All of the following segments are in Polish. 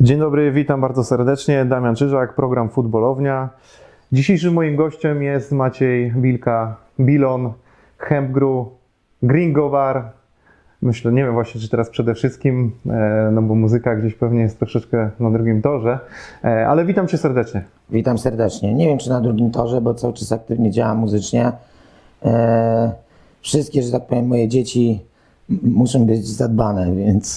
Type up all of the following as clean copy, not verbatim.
Dzień dobry, witam bardzo serdecznie. Damian Czyżak, program Futbolownia. Dzisiejszym moim gościem jest Maciej Bilka, Bilon, Hempgru, Gringowar. Myślę, nie wiem właśnie, czy teraz przede wszystkim, no bo muzyka gdzieś pewnie jest troszeczkę na drugim torze, ale witam Cię serdecznie. Witam serdecznie. Nie wiem, czy na drugim torze, bo cały czas aktywnie działam muzycznie. Wszystkie, że tak powiem, moje dzieci muszą być zadbane, więc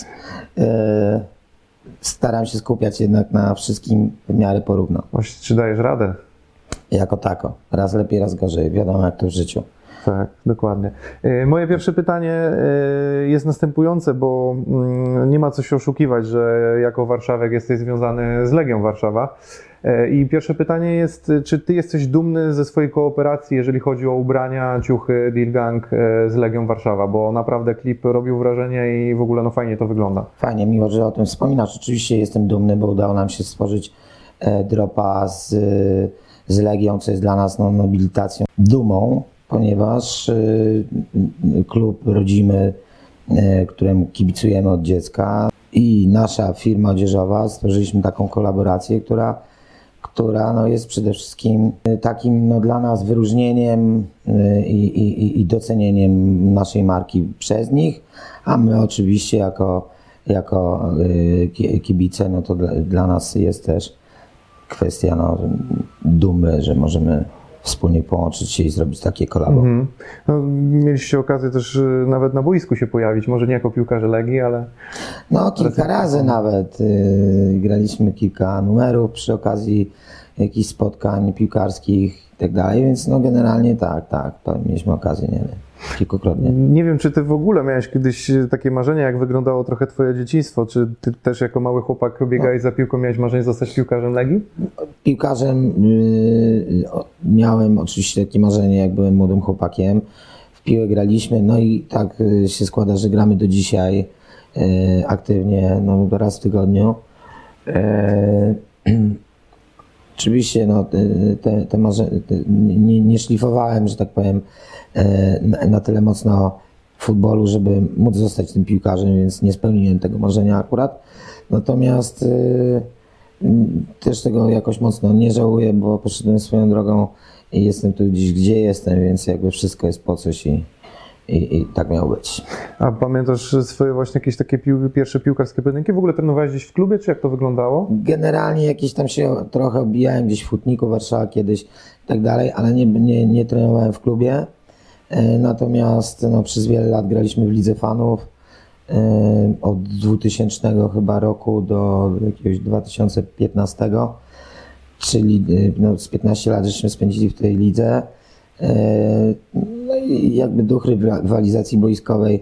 staram się skupiać jednak na wszystkim w miarę porówno. Właśnie, czy dajesz radę? Jako tako. Raz lepiej, raz gorzej. Wiadomo, jak to w życiu. Tak, dokładnie. Moje pierwsze pytanie jest następujące, bo nie ma co się oszukiwać, że jako warszawiak jesteś związany z Legią Warszawa. I pierwsze pytanie jest, czy Ty jesteś dumny ze swojej kooperacji, jeżeli chodzi o ubrania, ciuchy, Deal Gang z Legią Warszawa, bo naprawdę klip robił wrażenie i w ogóle no fajnie to wygląda. Fajnie, miło, że o tym wspominasz. Oczywiście jestem dumny, bo udało nam się stworzyć dropa z Legią, co jest dla nas nobilitacją, dumą, ponieważ klub rodzimy, któremu kibicujemy od dziecka, i nasza firma odzieżowa stworzyliśmy taką kolaborację, która jest przede wszystkim takim dla nas wyróżnieniem i docenieniem naszej marki przez nich, a my oczywiście jako kibice, no to dla nas jest też kwestia dumy, że możemy wspólnie połączyć się i zrobić takie kolabo. No, mieliście okazję też nawet na boisku się pojawić, może nie jako piłkarze Legii, ale... No kilka razy nawet. Graliśmy kilka numerów przy okazji jakichś spotkań piłkarskich i tak dalej, więc no generalnie tak, mieliśmy okazję, nie wiem, kilkukrotnie. Nie wiem, czy Ty w ogóle miałeś kiedyś takie marzenia, jak wyglądało trochę Twoje dzieciństwo? Czy Ty też jako mały chłopak biegałeś za piłką, miałeś marzenie zostać piłkarzem Legii? Piłkarzem miałem oczywiście takie marzenie, jak byłem młodym chłopakiem. W piłę graliśmy, no i tak się składa, że gramy do dzisiaj aktywnie, raz w tygodniu. Oczywiście te marzenia nie szlifowałem, że tak powiem, na tyle mocno w futbolu, żeby móc zostać tym piłkarzem, więc nie spełniłem tego marzenia akurat. Natomiast też tego jakoś mocno nie żałuję, bo poszedłem swoją drogą i jestem tu gdzieś, gdzie jestem, więc jakby wszystko jest po coś i tak miało być. A pamiętasz swoje właśnie jakieś takie pierwsze piłkarskie pojedynki? W ogóle trenowałeś gdzieś w klubie, czy jak to wyglądało? Generalnie jakieś tam się trochę obijałem gdzieś w Hutniku Warszawa kiedyś i tak dalej, ale nie trenowałem w klubie. Natomiast przez wiele lat graliśmy w Lidze Fanów. Od 2000 chyba roku do jakiegoś 2015, czyli z 15 lat żeśmy spędzili w tej lidze. No i jakby duch rywalizacji boiskowej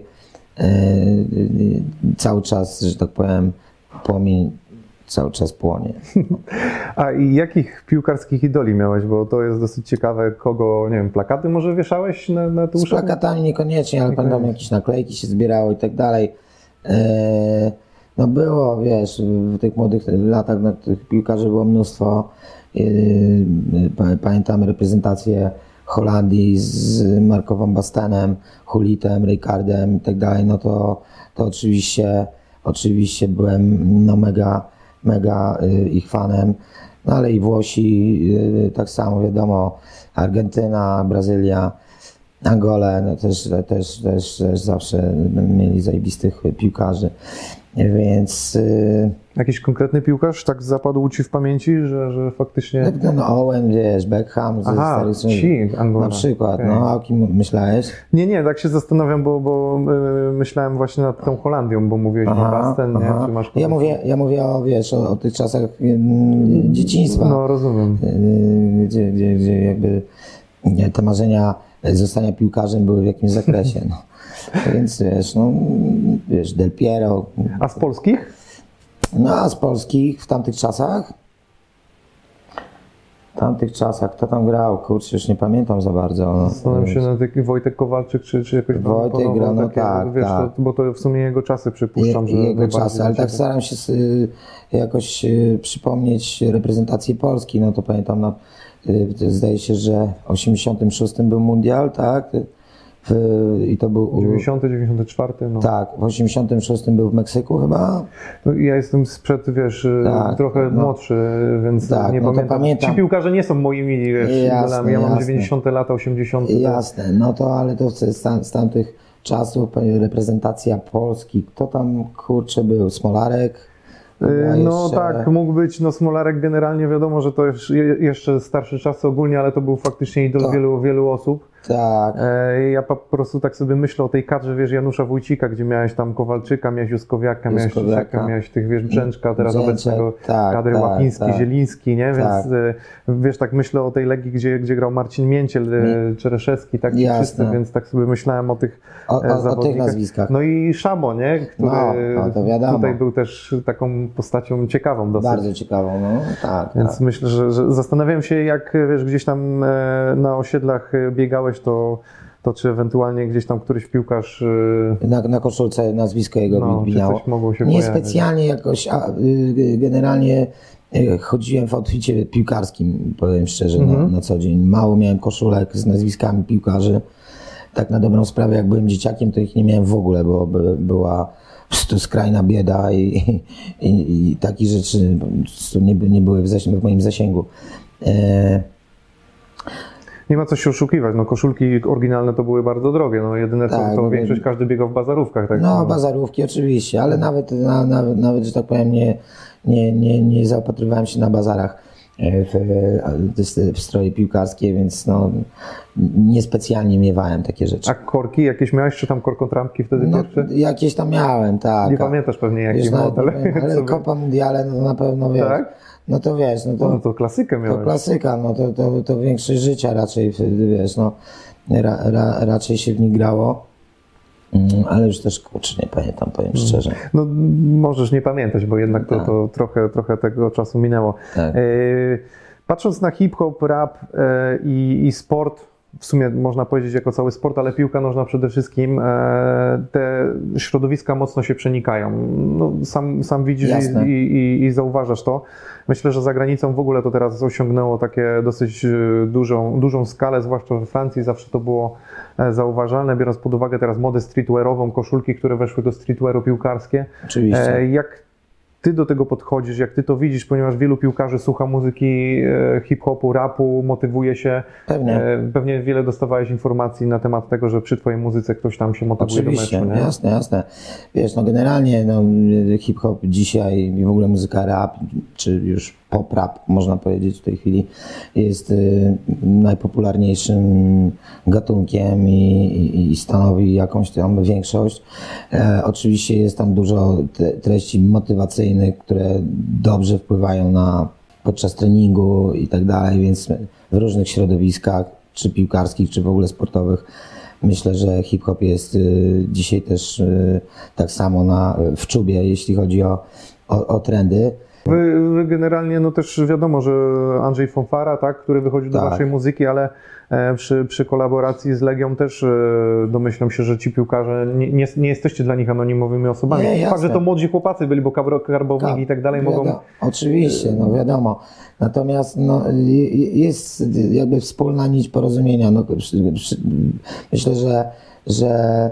cały czas, że tak powiem, płomień cały czas płonie. A i jakich piłkarskich idoli miałeś? Bo to jest dosyć ciekawe, kogo, nie wiem, plakaty może wieszałeś na tuszach? Z plakatami niekoniecznie, ale pamiętam, jakieś naklejki się zbierało i tak dalej. No było, wiesz, w tych młodych latach tych piłkarzy było mnóstwo. Pamiętam reprezentację Holandii z Marco van Bastenem, Hulitem, Rijkaardem i tak dalej, no to oczywiście byłem mega ich fanem, no ale i Włosi tak samo, wiadomo, Argentyna, Brazylia, Angolę, no też zawsze mieli zajebistych piłkarzy, więc... Jakiś konkretny piłkarz tak zapadł Ci w pamięci, że faktycznie... No Owen, wiesz, Beckham, na przykład, okay. No a o kim myślałeś? Nie, tak się zastanawiam, bo myślałem właśnie nad tą Holandią, bo mówiłeś Van Basten, nie? Czy masz... Ja mówię o tych czasach dzieciństwa. No, rozumiem. Gdzie jakby te marzenia zostania piłkarzem były w jakimś zakresie, no. Więc wiesz, Del Piero. A z polskich? No a z polskich w tamtych czasach, kto tam grał? Kurczę, już nie pamiętam za bardzo. Zastanawiam się na taki Wojtek Kowalczyk, czy jakoś... Wojtek grał, no takie, tak, wiesz, tak. Bo to w sumie jego czasy przypuszczam, że... Jego czasy, ale tak staram się jakoś przypomnieć reprezentację Polski, no to pamiętam, zdaje się, że w 86 był mundial, tak? I to był... 90, 94, no. Tak, w 86 był w Meksyku chyba. No, ja jestem sprzed, wiesz, Tak, trochę no. młodszy, więc Tak, nie no to pamiętam. pamiętam. Ci piłkarze nie są moimi, wiesz, Jasne, idolami. Ja mam jasne. 90 lata, 80. Jasne, no to ale to z tamtych czasów reprezentacja Polski, kto tam kurczę był? Smolarek? Chyba No jeszcze- tak, mógł być, no Smolarek generalnie wiadomo, że to jeszcze starszy czas ogólnie, ale to był faktycznie idol Tak. wielu osób. Tak, Ja po prostu tak sobie myślę o tej kadrze, wiesz, Janusza Wójcika, gdzie miałeś tam Kowalczyka, miałeś Juskowiaka, miałeś Juskowiaka. Szysaka, miałeś tych, wiesz, Brzęczka, teraz Brzęczek, obecnego tak, kadry tak, Łapiński, tak. Zieliński, nie? Więc Tak. wiesz, tak myślę o tej Legii, gdzie grał Marcin Mięciel, Czereszewski, tak, ci Jasne. wszyscy, więc tak sobie myślałem o tych o tych zawodnikach. nazwiskach. No i Szamo, nie? Który No, to wiadomo. tutaj był też taką postacią ciekawą dosyć. Bardzo ciekawą, no tak. Więc tak. myślę, że zastanawiałem się, jak wiesz, gdzieś tam na osiedlach biegałeś, to czy ewentualnie gdzieś tam któryś piłkarz Na koszulce nazwisko jego no, czy widniało. coś mogło się Nie pojawić. specjalnie jakoś, generalnie chodziłem w outficie piłkarskim, powiem szczerze, na co dzień. Mało miałem koszulek z nazwiskami piłkarzy. Tak na dobrą sprawę, jak byłem dzieciakiem, to ich nie miałem w ogóle, bo była po prostu skrajna bieda i takie rzeczy po prostu nie były w moim zasięgu. Nie ma co się oszukiwać, no koszulki oryginalne to były bardzo drogie, no jedyne co, Tak, to no, większość każdy biegał w bazarówkach. Tak? No, bazarówki oczywiście, ale nawet że tak powiem, nie zaopatrywałem się na bazarach w stroje piłkarskie, więc no, niespecjalnie miewałem takie rzeczy. A korki jakieś miałeś, czy tam korkotrampki wtedy No, pierwsze? jakieś tam miałem, tak. Nie pamiętasz pewnie jaki Wiesz, model. ale sobie- Copa Mundiale, no to na pewno wiesz. Tak? No to wiesz, No to klasykę to miałeś. klasyka, no to większość życia raczej, wiesz, no raczej się w nich grało. Ale już też kurczę nie pamiętam, powiem szczerze. No możesz nie pamiętać, bo jednak Tak. to trochę tego czasu minęło. Tak. Patrząc na hip-hop, rap i sport, w sumie można powiedzieć jako cały sport, ale piłka nożna przede wszystkim, te środowiska mocno się przenikają. No, sam widzisz Jasne. i zauważasz to. Myślę, że za granicą w ogóle to teraz osiągnęło takie dosyć dużą skalę, zwłaszcza we Francji zawsze to było zauważalne, biorąc pod uwagę teraz modę streetwearową, koszulki, które weszły do streetwearu piłkarskie. Oczywiście. Jak ty do tego podchodzisz, jak ty to widzisz, ponieważ wielu piłkarzy słucha muzyki hip-hopu, rapu, motywuje się. Pewnie. Pewnie wiele dostawałeś informacji na temat tego, że przy twojej muzyce ktoś tam się motywuje Oczywiście, do meczu, nie? jasne. Wiesz, no generalnie no, hip-hop dzisiaj i w ogóle muzyka rap, czy już pop-rap można powiedzieć w tej chwili, jest najpopularniejszym gatunkiem i stanowi jakąś tam większość. Oczywiście jest tam dużo treści motywacyjnych, które dobrze wpływają podczas treningu i tak dalej, więc w różnych środowiskach, czy piłkarskich, czy w ogóle sportowych, myślę, że hip-hop jest dzisiaj też tak samo w czubie, jeśli chodzi o trendy. Wy generalnie, no też wiadomo, że Andrzej Fonfara, tak, który wychodził do Tak. waszej muzyki, ale przy kolaboracji z Legią też domyślam się, że ci piłkarze nie jesteście dla nich anonimowymi osobami. Nie, Fakt, jasne. że to młodzi chłopacy byli, bo Karbownik i tak dalej mogą... Oczywiście, no wiadomo. Natomiast no, jest jakby wspólna nić porozumienia. No, myślę, że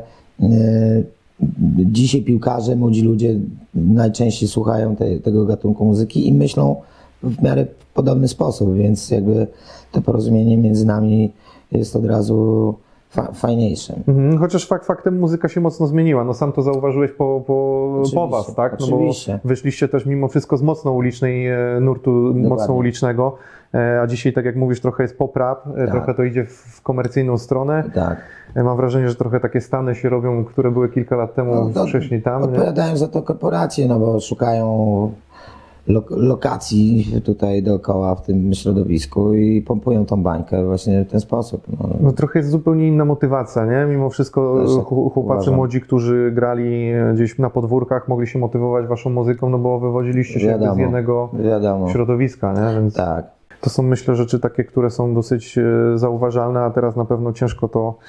dzisiaj piłkarze, młodzi ludzie najczęściej słuchają tego gatunku muzyki i myślą w miarę podobny sposób, więc jakby to porozumienie między nami jest od razu fajniejsze. Chociaż faktem muzyka się mocno zmieniła. No sam to zauważyłeś po was, tak? No Oczywiście. bo wyszliście też mimo wszystko z mocno ulicznej nurtu, mocno ulicznego, a dzisiaj, tak jak mówisz, trochę jest pop-rap, trochę to idzie w komercyjną stronę. Tak. Mam wrażenie, że trochę takie stany się robią, które były kilka lat temu wcześniej tam. Nie? Odpowiadają za to korporacje, no bo szukają lokacji tutaj dookoła w tym środowisku i pompują tą bańkę właśnie w ten sposób. No trochę jest zupełnie inna motywacja, nie? Mimo wszystko Też tak chłopacy uważam. młodzi, którzy grali gdzieś na podwórkach, mogli się motywować waszą muzyką, no bo wywodziliście się jakby z jednego Wiadomo. środowiska, nie? Więc Tak. to są, myślę, rzeczy takie, które są dosyć zauważalne, a teraz na pewno ciężko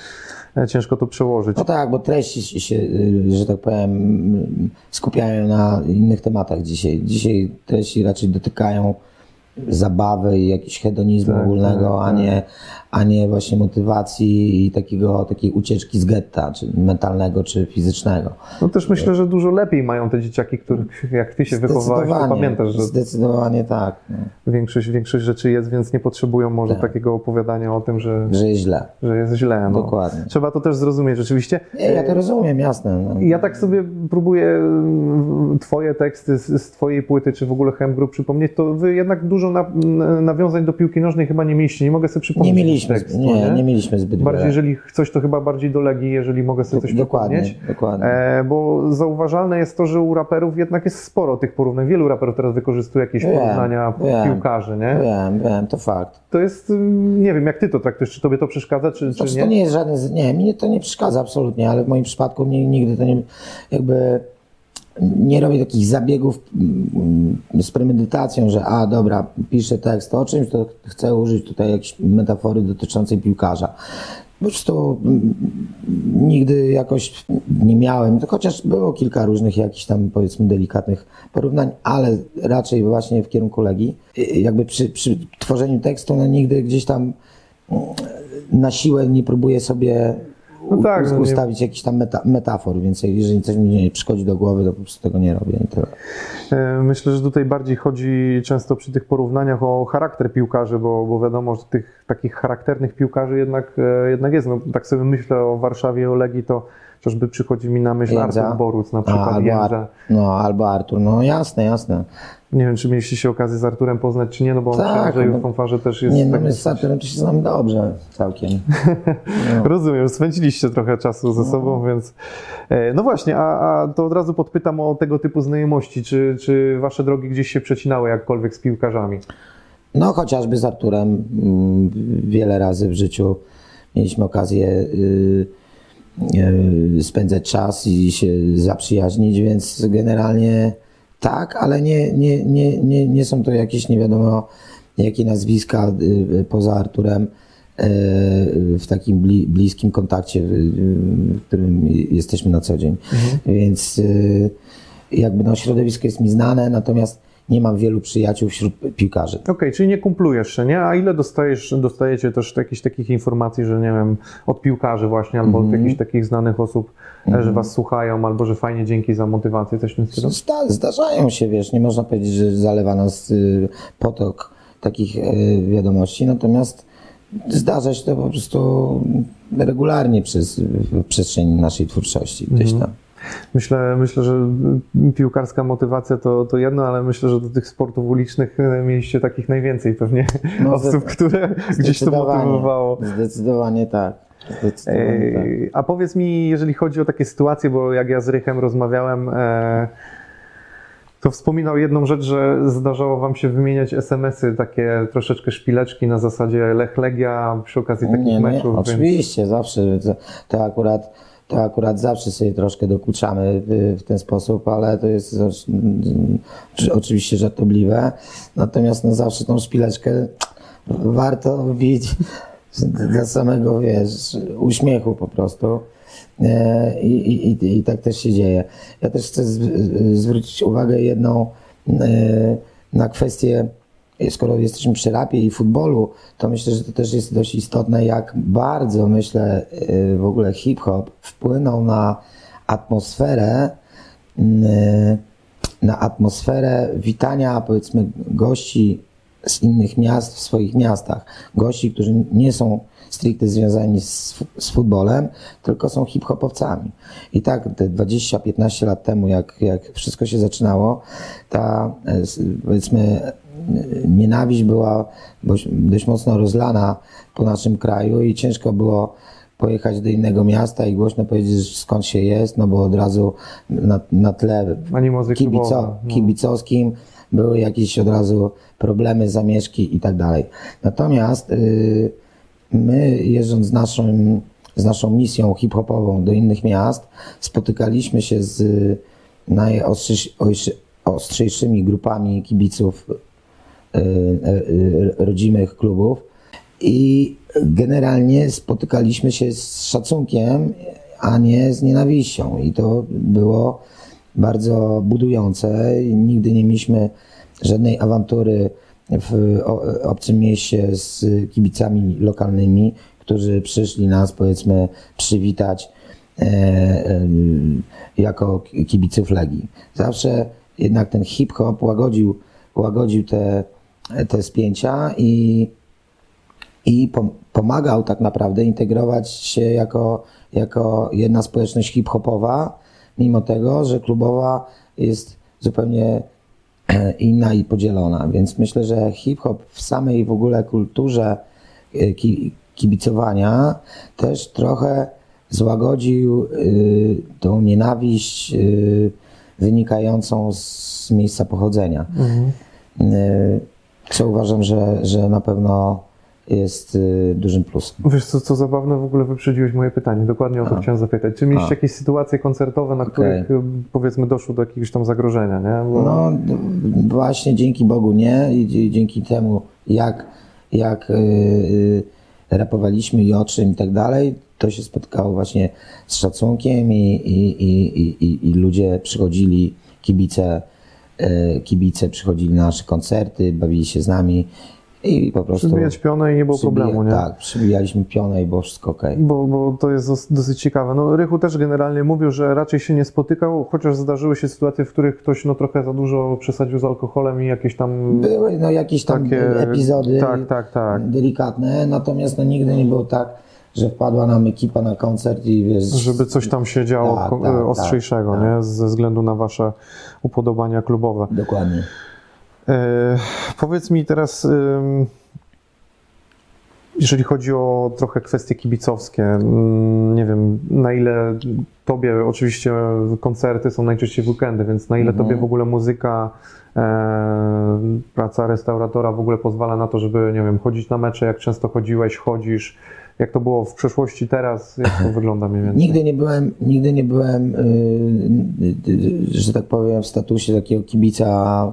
to przełożyć. No tak, bo treści się, że tak powiem, skupiają na innych tematach dzisiaj. Dzisiaj treści raczej dotykają zabawy i jakiegoś hedonizmu Tak, ogólnego, tak, a nie właśnie motywacji i takiej ucieczki z getta, czy mentalnego, czy fizycznego. No też myślę, że dużo lepiej mają te dzieciaki, których jak ty się wychowałeś, to pamiętasz, że zdecydowanie tak. No. większość rzeczy jest, więc nie potrzebują może Tak. takiego opowiadania o tym, że Że jest źle. jest źle. No. Dokładnie. Trzeba to też zrozumieć rzeczywiście. Nie, ja to rozumiem, jasne. No. Ja tak sobie próbuję twoje teksty z twojej płyty, czy w ogóle Hem Group przypomnieć, to wy jednak dużo nawiązań do piłki nożnej chyba nie mieliście. Nie mogę sobie przypomnieć. Nie mieliśmy zbyt Bardziej, wiele. jeżeli coś, to chyba bardziej do Legii, jeżeli mogę sobie coś przypomnieć. Dokładnie. Bo zauważalne jest to, że u raperów jednak jest sporo tych porównań. Wielu raperów teraz wykorzystuje jakieś porównania piłkarzy, nie? Wiem, to fakt. To jest, nie wiem, jak ty to traktujesz, czy tobie to przeszkadza, czy nie? To nie jest żaden, nie, mnie to nie przeszkadza absolutnie, ale w moim przypadku nigdy to nie, jakby nie robię takich zabiegów z premedytacją, że dobra, piszę tekst o czymś, to chcę użyć tutaj jakiejś metafory dotyczącej piłkarza. Po prostu nigdy jakoś nie miałem, to chociaż było kilka różnych jakichś tam, powiedzmy, delikatnych porównań, ale raczej właśnie w kierunku Legii. Jakby przy tworzeniu tekstu, no nigdy gdzieś tam na siłę nie próbuję sobie ustawić jakiś tam metafor, więc jeżeli coś mi nie przychodzi do głowy, to po prostu tego nie robię. I tyle. Myślę, że tutaj bardziej chodzi często przy tych porównaniach o charakter piłkarzy, bo wiadomo, że tych takich charakternych piłkarzy jednak jest. No, tak sobie myślę o Warszawie, o Legii, to chociażby przychodzi mi na myśl Artur Boruc, na przykład Jędza. Albo Artur, no jasne. Nie wiem, czy mieliście się okazję z Arturem poznać, czy nie, no bo on przy Andrzeju Fanfarze też jest... Nie, no my z Arturem to się znamy dobrze, całkiem. No. Rozumiem, spędziliście trochę czasu ze sobą, więc... No właśnie, a to od razu podpytam o tego typu znajomości. Czy wasze drogi gdzieś się przecinały jakkolwiek z piłkarzami? No chociażby z Arturem wiele razy w życiu mieliśmy okazję spędzać czas i się zaprzyjaźnić, więc generalnie tak, ale nie są to jakieś nie wiadomo jakie nazwiska poza Arturem w takim bliskim kontakcie, w którym jesteśmy na co dzień. Więc jakby środowisko jest mi znane, natomiast nie mam wielu przyjaciół wśród piłkarzy. Okej, czyli nie kumplujesz się, nie? A ile dostajecie też jakichś takich informacji, że nie wiem, od piłkarzy właśnie, albo od jakichś takich znanych osób, że was słuchają, albo że fajnie, dzięki za motywację, coś w tym stylu? Zdarzają się, wiesz, nie można powiedzieć, że zalewa nas potok takich wiadomości, natomiast zdarza się to po prostu regularnie w przestrzeni naszej twórczości gdzieś tam. Myślę, że piłkarska motywacja to jedno, ale myślę, że do tych sportów ulicznych mieliście takich najwięcej pewnie osób, które gdzieś to motywowało. Zdecydowanie tak. A powiedz mi, jeżeli chodzi o takie sytuacje, bo jak ja z Rychem rozmawiałem, to wspominał jedną rzecz, że zdarzało wam się wymieniać SMS-y, takie troszeczkę szpileczki na zasadzie Lech-Legia przy okazji takich meczów. Oczywiście, zawsze. To akurat zawsze sobie troszkę dokuczamy w ten sposób, ale to jest oczywiście żartobliwe. Natomiast zawsze tą szpileczkę warto wbić dla samego, uśmiechu po prostu. I tak też się dzieje. Ja też chcę zwrócić uwagę jedną na kwestię, skoro jesteśmy przy rapie i futbolu, to myślę, że to też jest dość istotne, jak bardzo, myślę, w ogóle hip-hop wpłynął na atmosferę witania, powiedzmy, gości z innych miast w swoich miastach. Gości, którzy nie są stricte związani z futbolem, tylko są hip-hopowcami. I tak te 20-15 lat temu, jak wszystko się zaczynało, ta, powiedzmy, nienawiść była dość mocno rozlana po naszym kraju i ciężko było pojechać do innego miasta i głośno powiedzieć, skąd się jest, no bo od razu na tle kibicowskim były jakieś od razu problemy, zamieszki i tak dalej. Natomiast my, jeżdżąc z naszą misją hip-hopową do innych miast, spotykaliśmy się z najostrzejszymi grupami kibiców rodzimych klubów i generalnie spotykaliśmy się z szacunkiem, a nie z nienawiścią. I to było bardzo budujące. Nigdy nie mieliśmy żadnej awantury w obcym mieście z kibicami lokalnymi, którzy przyszli nas, powiedzmy, przywitać jako kibiców Legii. Zawsze jednak ten hip-hop łagodził te spięcia i pomagał tak naprawdę integrować się jako jedna społeczność hip-hopowa, mimo tego, że klubowa jest zupełnie inna i podzielona. Więc myślę, że hip-hop w samej w ogóle kulturze kibicowania też trochę złagodził tą nienawiść wynikającą z miejsca pochodzenia. Co uważam, że na pewno jest dużym plusem. Wiesz co zabawne, w ogóle wyprzedziłeś moje pytanie, dokładnie o to chciałem zapytać. Czy mieliście jakieś sytuacje koncertowe, na których powiedzmy doszło do jakiegoś tam zagrożenia, nie? Bo... No właśnie dzięki Bogu nie i dzięki temu jak rapowaliśmy i o czym i tak dalej, to się spotkało właśnie z szacunkiem i ludzie przychodzili, kibice przychodzili na nasze koncerty, bawili się z nami i po prostu... Przybijać pionę i nie było problemu, nie? Tak, przybijaliśmy pionę i było wszystko okej. Bo to jest dosyć ciekawe. No, Rychu też generalnie mówił, że raczej się nie spotykał, chociaż zdarzyły się sytuacje, w których ktoś no, trochę za dużo przesadził z alkoholem i jakieś tam... Były no, jakieś tam takie... epizody tak. delikatne, natomiast no, nigdy nie było tak, że wpadła nam ekipa na koncert i wiesz... Żeby coś tam się działo ostrzejszego, tak. nie? Ze względu na wasze upodobania klubowe. Dokładnie. Powiedz mi teraz, jeżeli chodzi o trochę kwestie kibicowskie, nie wiem, na ile tobie, oczywiście koncerty są najczęściej w weekendy, więc na ile tobie w ogóle muzyka, praca restauratora w ogóle pozwala na to, żeby, nie wiem, chodzić na mecze, jak często chodzisz, jak to było w przeszłości, teraz, jak to wygląda mniej więcej? Nigdy nie byłem, że tak powiem, w statusie takiego kibica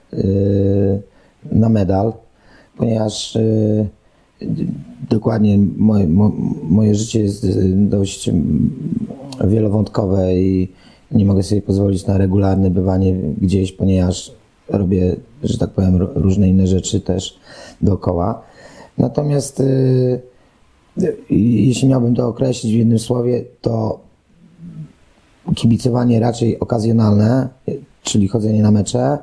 na medal, ponieważ dokładnie moje życie jest dość wielowątkowe i nie mogę sobie pozwolić na regularne bywanie gdzieś, ponieważ robię, że tak powiem, różne inne rzeczy też dookoła. Natomiast jeśli miałbym to określić w jednym słowie, to kibicowanie raczej okazjonalne, czyli chodzenie na mecze,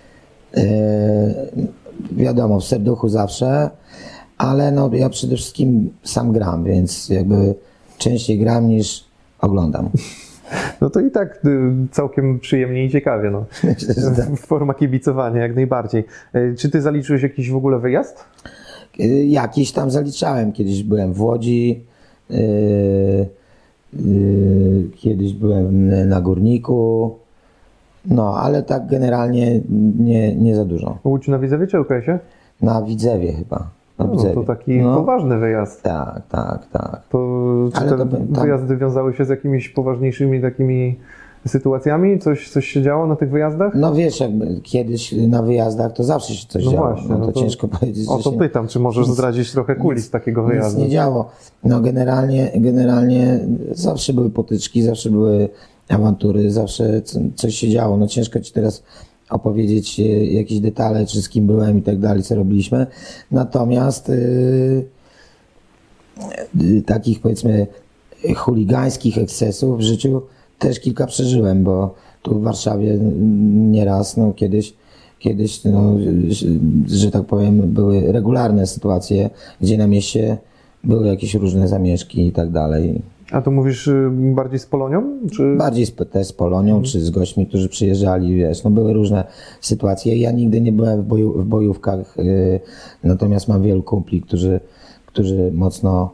wiadomo, w serduchu zawsze, ale no, ja przede wszystkim sam gram, więc jakby częściej gram niż oglądam. No to i tak całkiem przyjemnie i ciekawie, no. Myślę, że tak. Forma kibicowania, jak najbardziej. Czy ty zaliczyłeś jakiś w ogóle wyjazd? Jakiś tam zaliczałem. Kiedyś byłem w Łodzi, kiedyś byłem na Górniku, no ale tak generalnie nie za dużo. Łódź na Widzewie czy UKS-ie? Na Widzewie chyba. Na No, Widzewie. to taki poważny wyjazd. Tak. Czy Ale te wyjazdy wiązały się z jakimiś poważniejszymi takimi sytuacjami? Coś się działo na tych wyjazdach? No wiesz, jakby kiedyś na wyjazdach to zawsze się coś działo. Właśnie, no to ciężko powiedzieć, o że to się pytam, czy możesz zdradzić trochę kulis takiego wyjazdu? nic nie działo. No generalnie zawsze były potyczki, zawsze były awantury, zawsze coś się działo. No ciężko ci teraz opowiedzieć jakieś detale, czy z kim byłem i tak dalej, co robiliśmy. Natomiast takich powiedzmy chuligańskich ekscesów w życiu też kilka przeżyłem, bo tu w Warszawie nieraz, no kiedyś no, że tak powiem, były regularne sytuacje, gdzie na mieście były jakieś różne zamieszki i tak dalej. A to mówisz bardziej z Polonią? Czy... Bardziej też z Polonią, czy z gośćmi, którzy przyjeżdżali, wiesz, no były różne sytuacje. Ja nigdy nie byłem w bojówkach, natomiast mam wielu kumpli, którzy mocno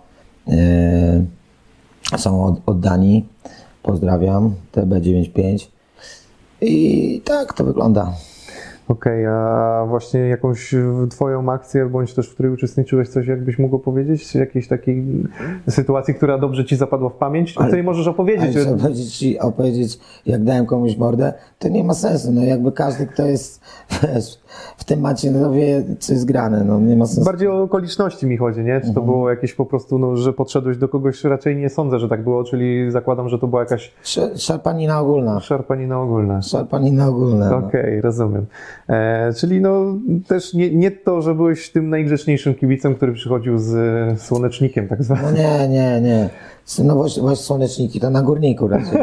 są oddani. Pozdrawiam, TB95. I tak to wygląda. Okej, a właśnie jakąś twoją akcję, bądź też w której uczestniczyłeś, coś jakbyś mógł opowiedzieć? Jakiejś takiej sytuacji, która dobrze ci zapadła w pamięć? O której możesz opowiedzieć. Ale opowiedzieć, jak dałem komuś mordę, to nie ma sensu, no jakby każdy, kto jest wiesz, w temacie, no wie, co jest grane, no nie ma sensu. Bardziej o okoliczności mi chodzi, nie? Czy to było jakieś po prostu, no, że podszedłeś do kogoś, raczej nie sądzę, że tak było, czyli zakładam, że to była jakaś Szarpanina ogólna. szarpanina ogólna. Szarpanina ogólna. No. Okej, rozumiem. Czyli no też nie to, że byłeś tym najgrzeczniejszym kibicem, który przychodził z słonecznikiem tak zwanym. No nie. No właśnie słoneczniki to na górniku raczej.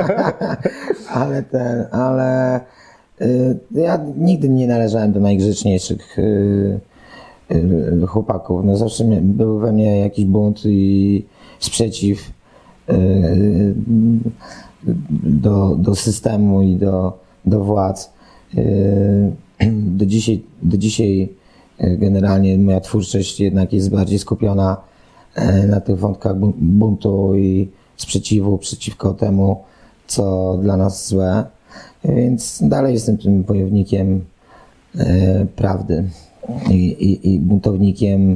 ale ja nigdy nie należałem do najgrzeczniejszych chłopaków. No zawsze był we mnie jakiś bunt i sprzeciw do systemu i do władz. Do dzisiaj generalnie moja twórczość jednak jest bardziej skupiona na tych wątkach buntu i sprzeciwu przeciwko temu, co dla nas złe. Więc dalej jestem tym wojownikiem prawdy i buntownikiem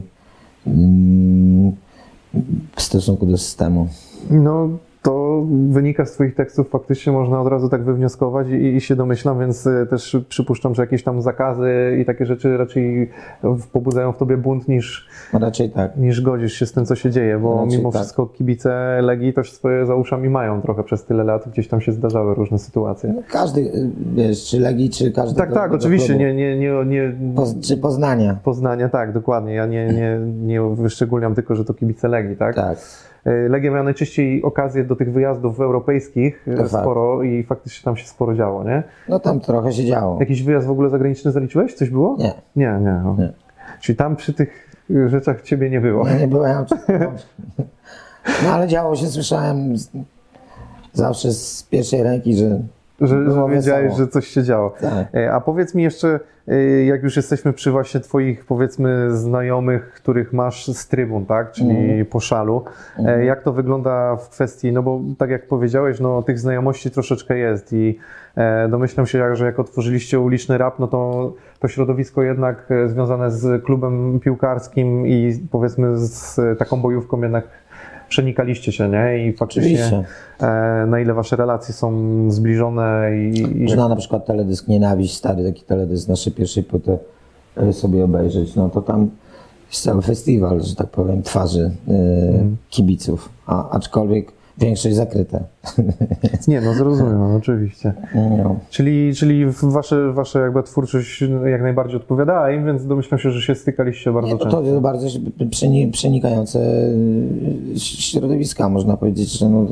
w stosunku do systemu. No, to wynika z twoich tekstów, faktycznie można od razu tak wywnioskować i się domyślam, więc też przypuszczam, że jakieś tam zakazy i takie rzeczy raczej pobudzają w tobie bunt Raczej tak. niż godzisz się z tym, co się dzieje, bo Raczej mimo tak. wszystko kibice Legii też swoje za uszami mają trochę przez tyle lat, gdzieś tam się zdarzały różne sytuacje. No każdy, wiesz, czy Legii, czy każdy. Tak, oczywiście, nie Czy Poznania. Poznania, tak, dokładnie. Ja nie wyszczególniam tylko, że to kibice Legii, tak? Tak. Legia miała najczęściej okazję do tych wyjazdów europejskich To sporo i faktycznie tam się sporo działo, nie? No tam trochę się działo. Jakiś wyjazd w ogóle zagraniczny zaliczyłeś? Coś było? Nie. Nie. O. Nie. Czyli tam przy tych rzeczach ciebie nie było. Ja nie byłem. No ale działo się, słyszałem zawsze z pierwszej ręki, że Że było wiedziałeś, wesoło. że coś się działo. Tak. A powiedz mi jeszcze, jak już jesteśmy przy właśnie twoich, powiedzmy, znajomych, których masz z trybun, tak? Czyli po szalu. Jak to wygląda w kwestii, no bo tak jak powiedziałeś, no tych znajomości troszeczkę jest i domyślam się, że jak otworzyliście uliczny rap, no to środowisko jednak związane z klubem piłkarskim i powiedzmy z taką bojówką jednak przenikaliście się, nie? I faktycznie Oczywiście. na ile wasze relacje są zbliżone i Można na przykład teledysk Nienawiść, stary taki teledysk naszej pierwszej płyty sobie obejrzeć, no to tam jest cały festiwal, że tak powiem, twarzy kibiców, aczkolwiek większość zakryte. Nie, no zrozumiem, oczywiście. No. Czyli wasza jakby twórczość jak najbardziej odpowiadała im, więc domyślam się, że się stykaliście bardzo Nie, no często. to bardzo przenikające środowiska, można powiedzieć, że no,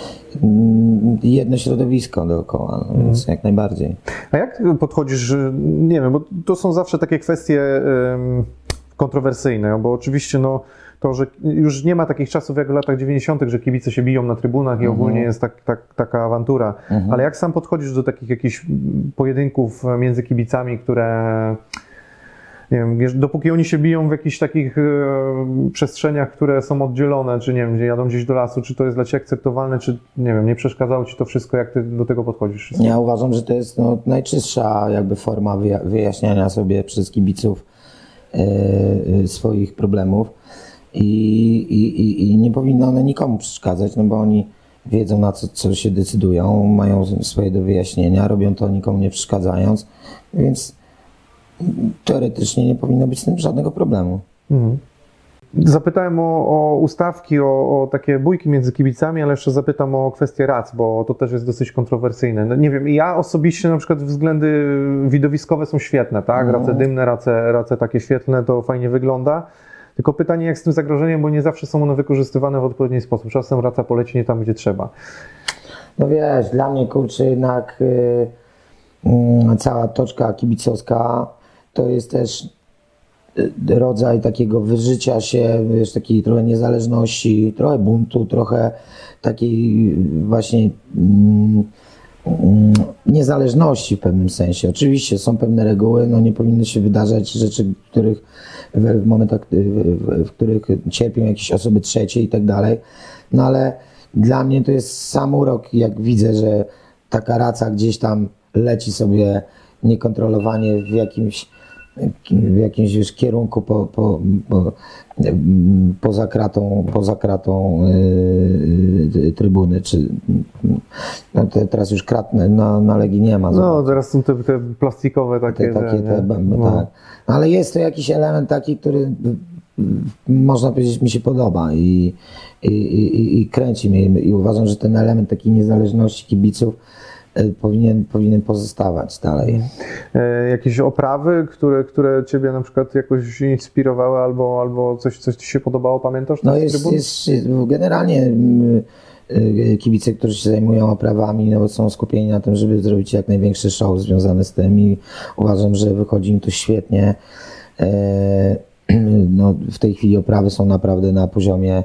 jedno środowisko dookoła, no, więc jak najbardziej. A jak podchodzisz, że, nie wiem, bo to są zawsze takie kwestie kontrowersyjne, bo oczywiście no, to, że już nie ma takich czasów jak w latach 90., że kibice się biją na trybunach i ogólnie jest taka awantura. Ale jak sam podchodzisz do takich jakichś pojedynków między kibicami, które, nie wiem, dopóki oni się biją w jakichś takich przestrzeniach, które są oddzielone, czy nie wiem, gdzie jadą gdzieś do lasu, czy to jest dla ciebie akceptowalne, czy nie wiem, nie przeszkadzało ci to wszystko, jak ty do tego podchodzisz? Ja uważam, że to jest no, najczystsza jakby forma wyjaśniania sobie przez kibiców swoich problemów i nie powinno one nikomu przeszkadzać, no bo oni wiedzą na co się decydują, mają swoje do wyjaśnienia, robią to nikomu nie przeszkadzając, więc teoretycznie nie powinno być z tym żadnego problemu. Zapytałem o ustawki, o takie bójki między kibicami, ale jeszcze zapytam o kwestię rac, bo to też jest dosyć kontrowersyjne. No, nie wiem, ja osobiście na przykład względy widowiskowe są świetne, tak? Race dymne, race takie świetlne, to fajnie wygląda. Tylko pytanie, jak z tym zagrożeniem, bo nie zawsze są one wykorzystywane w odpowiedni sposób. Czasem raca poleci nie tam, gdzie trzeba. No wiesz, dla mnie kurczę jednak cała toczka kibicowska to jest też rodzaj takiego wyżycia się, wiesz, takiej trochę niezależności, trochę buntu, trochę takiej właśnie niezależności w pewnym sensie. Oczywiście są pewne reguły, no nie powinny się wydarzać rzeczy, w momentach, w których cierpią jakieś osoby trzecie i tak dalej, no ale dla mnie to jest sam urok, jak widzę, że taka raca gdzieś tam leci sobie niekontrolowanie w jakimś w jakimś już kierunku poza kratą trybuny, czy no teraz już krat na Legii nie ma. No, teraz są te plastikowe takie. No. Tak. Ale jest to jakiś element taki, który można powiedzieć mi się podoba i kręci mnie i uważam, że ten element takiej niezależności kibiców powinien pozostawać dalej. Jakieś oprawy, które Ciebie na przykład jakoś inspirowały albo coś Ci się podobało, pamiętasz? No jest generalnie kibice, którzy się zajmują oprawami, no bo są skupieni na tym, żeby zrobić jak największy show związany z tym i uważam, że wychodzi im to świetnie. No, w tej chwili oprawy są naprawdę na poziomie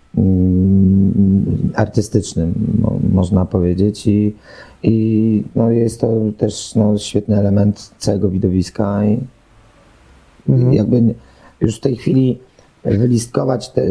artystycznym, można powiedzieć i no jest to też świetny element całego widowiska i jakby już w tej chwili wylistkować te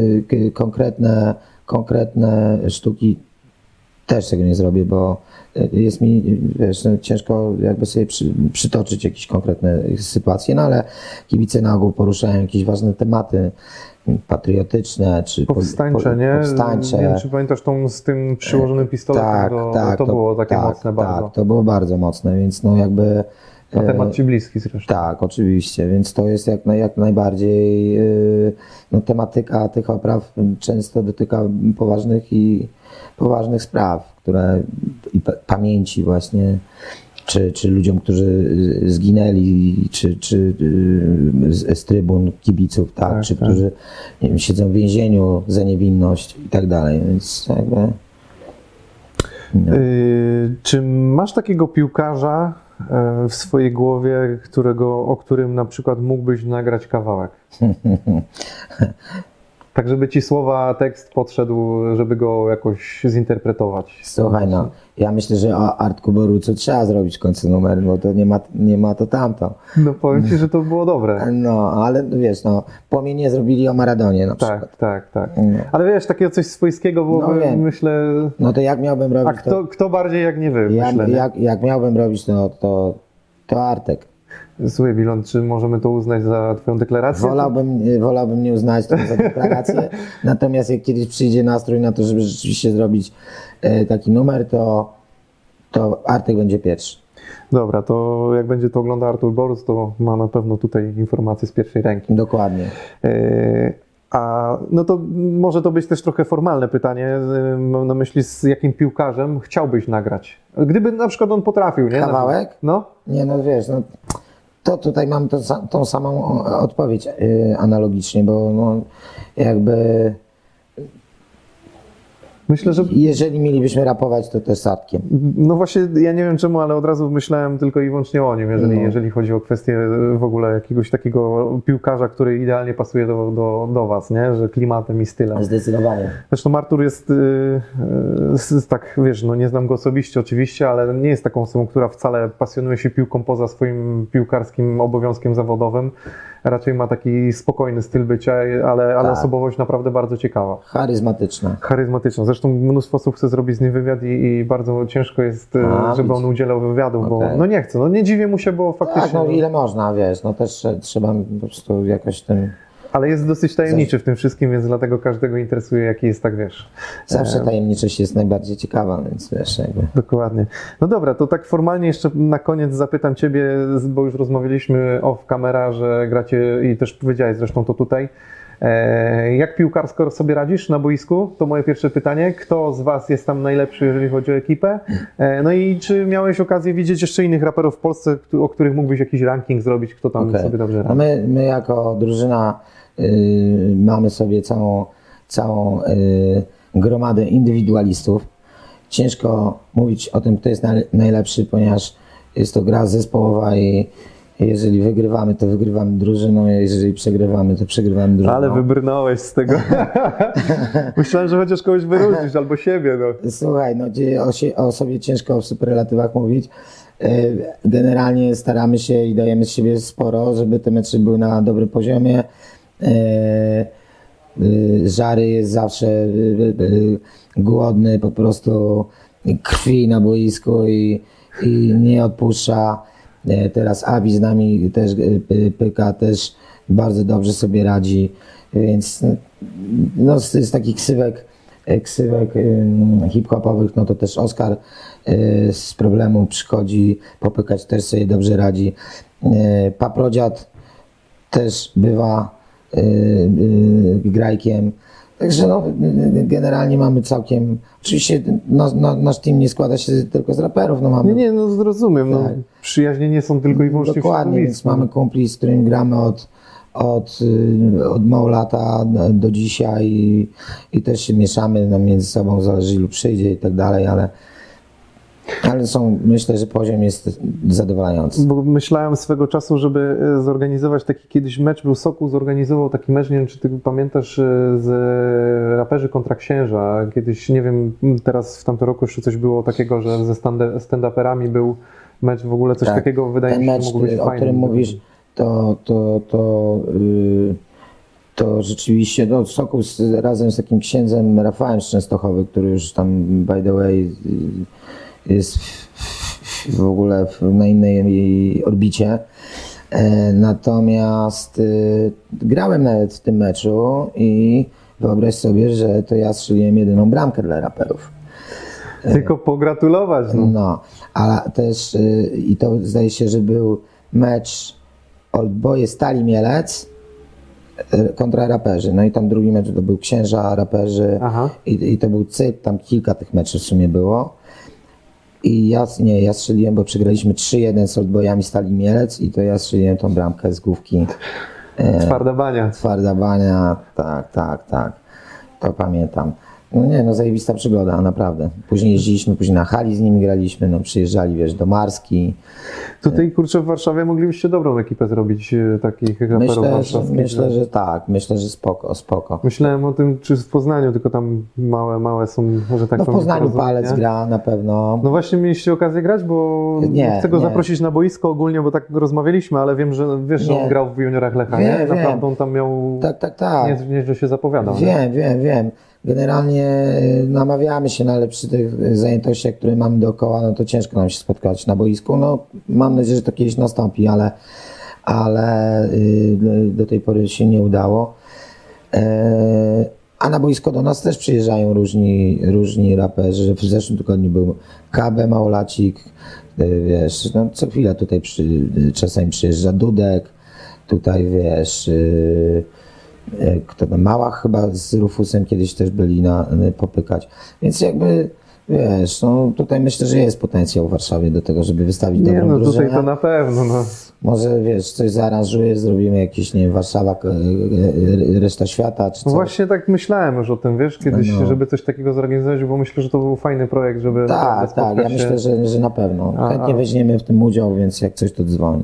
konkretne sztuki też tego nie zrobię, bo jest mi ciężko jakby sobie przytoczyć jakieś konkretne sytuacje, no ale kibice na ogół poruszają jakieś ważne tematy patriotyczne, czy powstańcze, nie? Powstańcze. Nie wiem, czy pamiętasz tą z tym przyłożonym pistoletem, to było takie mocne bardzo. Tak, to było bardzo mocne, więc no jakby... A temat Ci bliski zresztą. Tak, oczywiście, więc to jest jak najbardziej no, tematyka tych opraw często dotyka poważnych spraw, które i pamięci właśnie, czy ludziom, którzy zginęli, czy z trybun kibiców, tak, czy którzy nie wiem, siedzą w więzieniu za niewinność i tak dalej, więc jakby... No. Czy masz takiego piłkarza w swojej głowie, o którym na przykład mógłbyś nagrać kawałek? Tak, żeby Ci słowa, tekst podszedł, żeby go jakoś zinterpretować. Słuchaj, no, ja myślę, że o Artku Borucu trzeba zrobić w końcu numer, bo to nie ma to tamto. No powiem Ci, że to było dobre. No, ale wiesz, no, płomienie zrobili o Maradonie na przykład. Tak. No. Ale wiesz, takiego coś swojskiego byłoby, no, myślę... No to jak miałbym robić... A kto bardziej jak nie Wy, myślę. Jak miałbym robić, to Artek. Słuchaj, Bilon, czy możemy to uznać za Twoją deklarację? Wolałbym nie uznać tego za deklarację, natomiast jak kiedyś przyjdzie nastrój na to, żeby rzeczywiście zrobić taki numer, to Artek będzie pierwszy. Dobra, to jak będzie to oglądał Artur Boruc, to ma na pewno tutaj informacje z pierwszej ręki. Dokładnie. A no to może to być też trochę formalne pytanie, mam na myśli, z jakim piłkarzem chciałbyś nagrać? Gdyby na przykład on potrafił, nie? Kawałek? No? Nie, no wiesz, no to tutaj mam tą samą odpowiedź analogicznie, bo no jakby... Myślę, że... Jeżeli mielibyśmy rapować, to też z Artkiem. No właśnie, ja nie wiem czemu, ale od razu myślałem tylko i wyłącznie o nim, jeżeli chodzi o kwestię w ogóle jakiegoś takiego piłkarza, który idealnie pasuje do Was, nie? Że klimatem i stylem. Zdecydowanie. Zresztą Artur jest tak, wiesz, no nie znam go osobiście oczywiście, ale nie jest taką osobą, która wcale pasjonuje się piłką poza swoim piłkarskim obowiązkiem zawodowym. Raczej ma taki spokojny styl bycia, ale tak. Osobowość naprawdę bardzo ciekawa. Charyzmatyczna. Zresztą mnóstwo osób chce zrobić z nim wywiad i bardzo ciężko jest, żeby on udzielał wywiadu, bo no nie chce. No nie dziwię mu się, bo faktycznie... Tak, no ile można, wiesz, no też trzeba po prostu jakoś tym... Ale jest dosyć tajemniczy w tym wszystkim, więc dlatego każdego interesuje, jaki jest, tak wiesz... Zawsze tajemniczość jest najbardziej ciekawa, więc wiesz, jakby... Dokładnie. No dobra, to tak formalnie jeszcze na koniec zapytam Ciebie, bo już rozmawialiśmy off camera, że gracie i też powiedziałeś zresztą to tutaj. Jak piłkarsko sobie radzisz na boisku? To moje pierwsze pytanie. Kto z Was jest tam najlepszy, jeżeli chodzi o ekipę? No i czy miałeś okazję widzieć jeszcze innych raperów w Polsce, o których mógłbyś jakiś ranking zrobić, kto tam sobie dobrze radzi? No my jako drużyna mamy sobie całą gromadę indywidualistów. Ciężko mówić o tym, kto jest najlepszy, ponieważ jest to gra zespołowa i jeżeli wygrywamy, to wygrywamy drużyną, a jeżeli przegrywamy, to przegrywamy drużyną. Ale wybrnąłeś z tego. Myślałem, że chociaż kogoś wyróżnisz, albo siebie. No. Słuchaj, no o sobie ciężko w superlatywach mówić. Generalnie staramy się i dajemy z siebie sporo, żeby te mecze były na dobrym poziomie. Żary jest zawsze głodny po prostu krwi na boisku i nie odpuszcza. Teraz Abi z nami też pyka, też bardzo dobrze sobie radzi, więc no, z takich ksywek hip-hopowych, no to też Oskar z problemu przychodzi, popykać też sobie dobrze radzi. Paprodziad też bywa grajkiem. Także no, generalnie mamy całkiem... Oczywiście nasz team nie składa się tylko z raperów. No mamy, Nie, no zrozumiem. Tak. No, przyjaźnie nie są tylko i wyłącznie dokładnie, więc mamy kumpli, z którymi gramy od mało lata do dzisiaj i też się mieszamy między sobą, zależy ilu przyjdzie i tak dalej, ale myślę, że poziom jest zadowalający. Bo myślałem swego czasu, żeby zorganizować taki kiedyś mecz, był Sokół zorganizował taki mecz, nie wiem czy ty pamiętasz, z raperzy kontra księża. Kiedyś, nie wiem, teraz w tamtym roku jeszcze coś było takiego, że ze stand-uperami był mecz, w ogóle coś takiego, wydaje mi się, mecz, że mogło być o fajne. którym mówisz, to rzeczywiście, no, Sokół razem z takim księdzem Rafałem z Częstochowy, który już tam, by the way, jest w ogóle na innej orbicie. Natomiast grałem nawet w tym meczu i wyobraź sobie, że to ja strzeliłem jedyną bramkę dla raperów. Tylko pogratulować. No. No, ale też i to zdaje się, że był mecz Oldboye Stali Mielec kontra raperzy. No i tam drugi mecz to był księża, raperzy i to był cykl, tam kilka tych meczów w sumie było. I ja strzeliłem, bo przegraliśmy 3-1 z Oldboyami Stali Mielec i to ja strzeliłem tą bramkę z główki. Twarda bania. Twarda bania, tak. To pamiętam. No nie, no zajebista przygoda, naprawdę. Później jeździliśmy, później na hali z nimi graliśmy, no przyjeżdżali, wiesz, do Marski. Tutaj, kurczę, w Warszawie moglibyście dobrą ekipę zrobić takich raperów warszawskich. Myślę, że tak, myślę, że spoko. Myślałem o tym, czy w Poznaniu, tylko tam małe są, że tak no w powiem, Poznaniu porozumienia. Palec gra na pewno. No właśnie mieliście okazję grać, bo chcę go zaprosić na boisko ogólnie, bo tak rozmawialiśmy, ale wiem, że wiesz, że on grał w juniorach Lecha, nie? Naprawdę on tam miał... Tak. Nieźle się zapowiadał. Wiem. Generalnie namawiamy się, no ale przy tych zajętościach, które mamy dookoła, no to ciężko nam się spotkać na boisku. No mam nadzieję, że to kiedyś nastąpi, ale do tej pory się nie udało. A na boisko do nas też przyjeżdżają różni raperzy. W zeszłym tygodniu był KB Małolacik, wiesz, no co chwilę tutaj czasami przyjeżdża Dudek, tutaj wiesz... Kto tam, Małach chyba z Rufusem kiedyś też byli popykać. Więc jakby, wiesz, no tutaj myślę, że jest potencjał w Warszawie do tego, żeby wystawić dobrą drużynę. Tutaj to na pewno, no. Może, wiesz, coś zaaranżuję, zrobimy jakieś, nie wiem, Warszawa, reszta świata, czy co. Właśnie tak myślałem już o tym, wiesz, kiedyś, żeby coś takiego zorganizować, bo myślę, że to był fajny projekt, żeby... Tak, ja myślę, że na pewno. Chętnie weźmiemy w tym udział, więc jak coś, to dzwoni.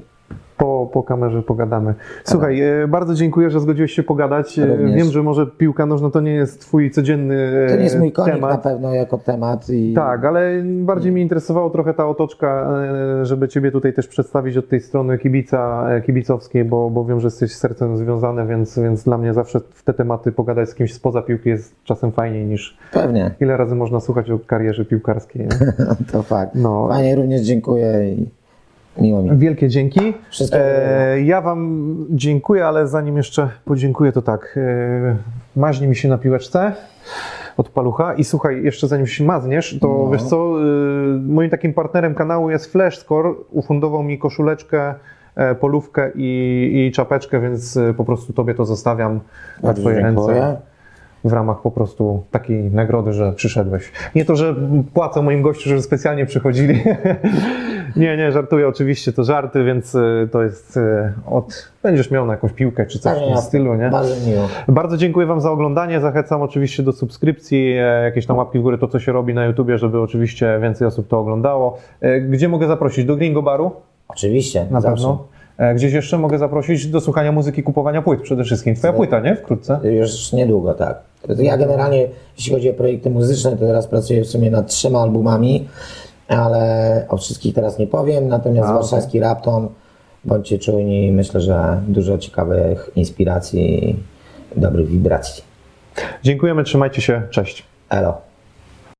Po kamerze pogadamy. Słuchaj, bardzo dziękuję, że zgodziłeś się pogadać. Również. Wiem, że może piłka nożna to nie jest twój codzienny temat. To nie jest mój konik na pewno jako temat. Tak, ale bardziej mnie interesowała trochę ta otoczka, żeby ciebie tutaj też przedstawić od tej strony kibicowskiej, bo wiem, że jesteś sercem związany, więc dla mnie zawsze w te tematy pogadać z kimś spoza piłki jest czasem fajniej niż... Pewnie. Ile razy można słuchać o karierze piłkarskiej. To fakt. No. Fajnie, również dziękuję. Miło mi. Wielkie dzięki. Ja wam dziękuję, ale zanim jeszcze podziękuję, to tak, maźnij mi się na piłeczce od palucha i słuchaj, jeszcze zanim się mazniesz, to wiesz co, moim takim partnerem kanału jest Flashscore, ufundował mi koszuleczkę, polówkę i czapeczkę, więc po prostu tobie to zostawiam na twoje ręce. W ramach po prostu takiej nagrody, że przyszedłeś. Nie to, że płacę moim gościu, żeby specjalnie przychodzili. Nie, żartuję oczywiście, to żarty, więc to jest będziesz miał na jakąś piłkę czy coś w tym stylu, nie? Bardzo miło. Bardzo dziękuję wam za oglądanie, zachęcam oczywiście do subskrypcji, jakieś tam łapki w górę, to co się robi na YouTubie, żeby oczywiście więcej osób to oglądało. Gdzie mogę zaprosić? Do Gringo Baru? Oczywiście, na pewno. Gdzieś jeszcze mogę zaprosić do słuchania muzyki, kupowania płyt przede wszystkim. Twoja płyta, nie? Wkrótce? Już niedługo, tak. Ja generalnie, jeśli chodzi o projekty muzyczne, to teraz pracuję w sumie nad 3 albumami, ale o wszystkich teraz nie powiem, natomiast warszawski Rapton, bądźcie czujni, myślę, że dużo ciekawych inspiracji i dobrych wibracji. Dziękujemy, trzymajcie się, cześć. Elo.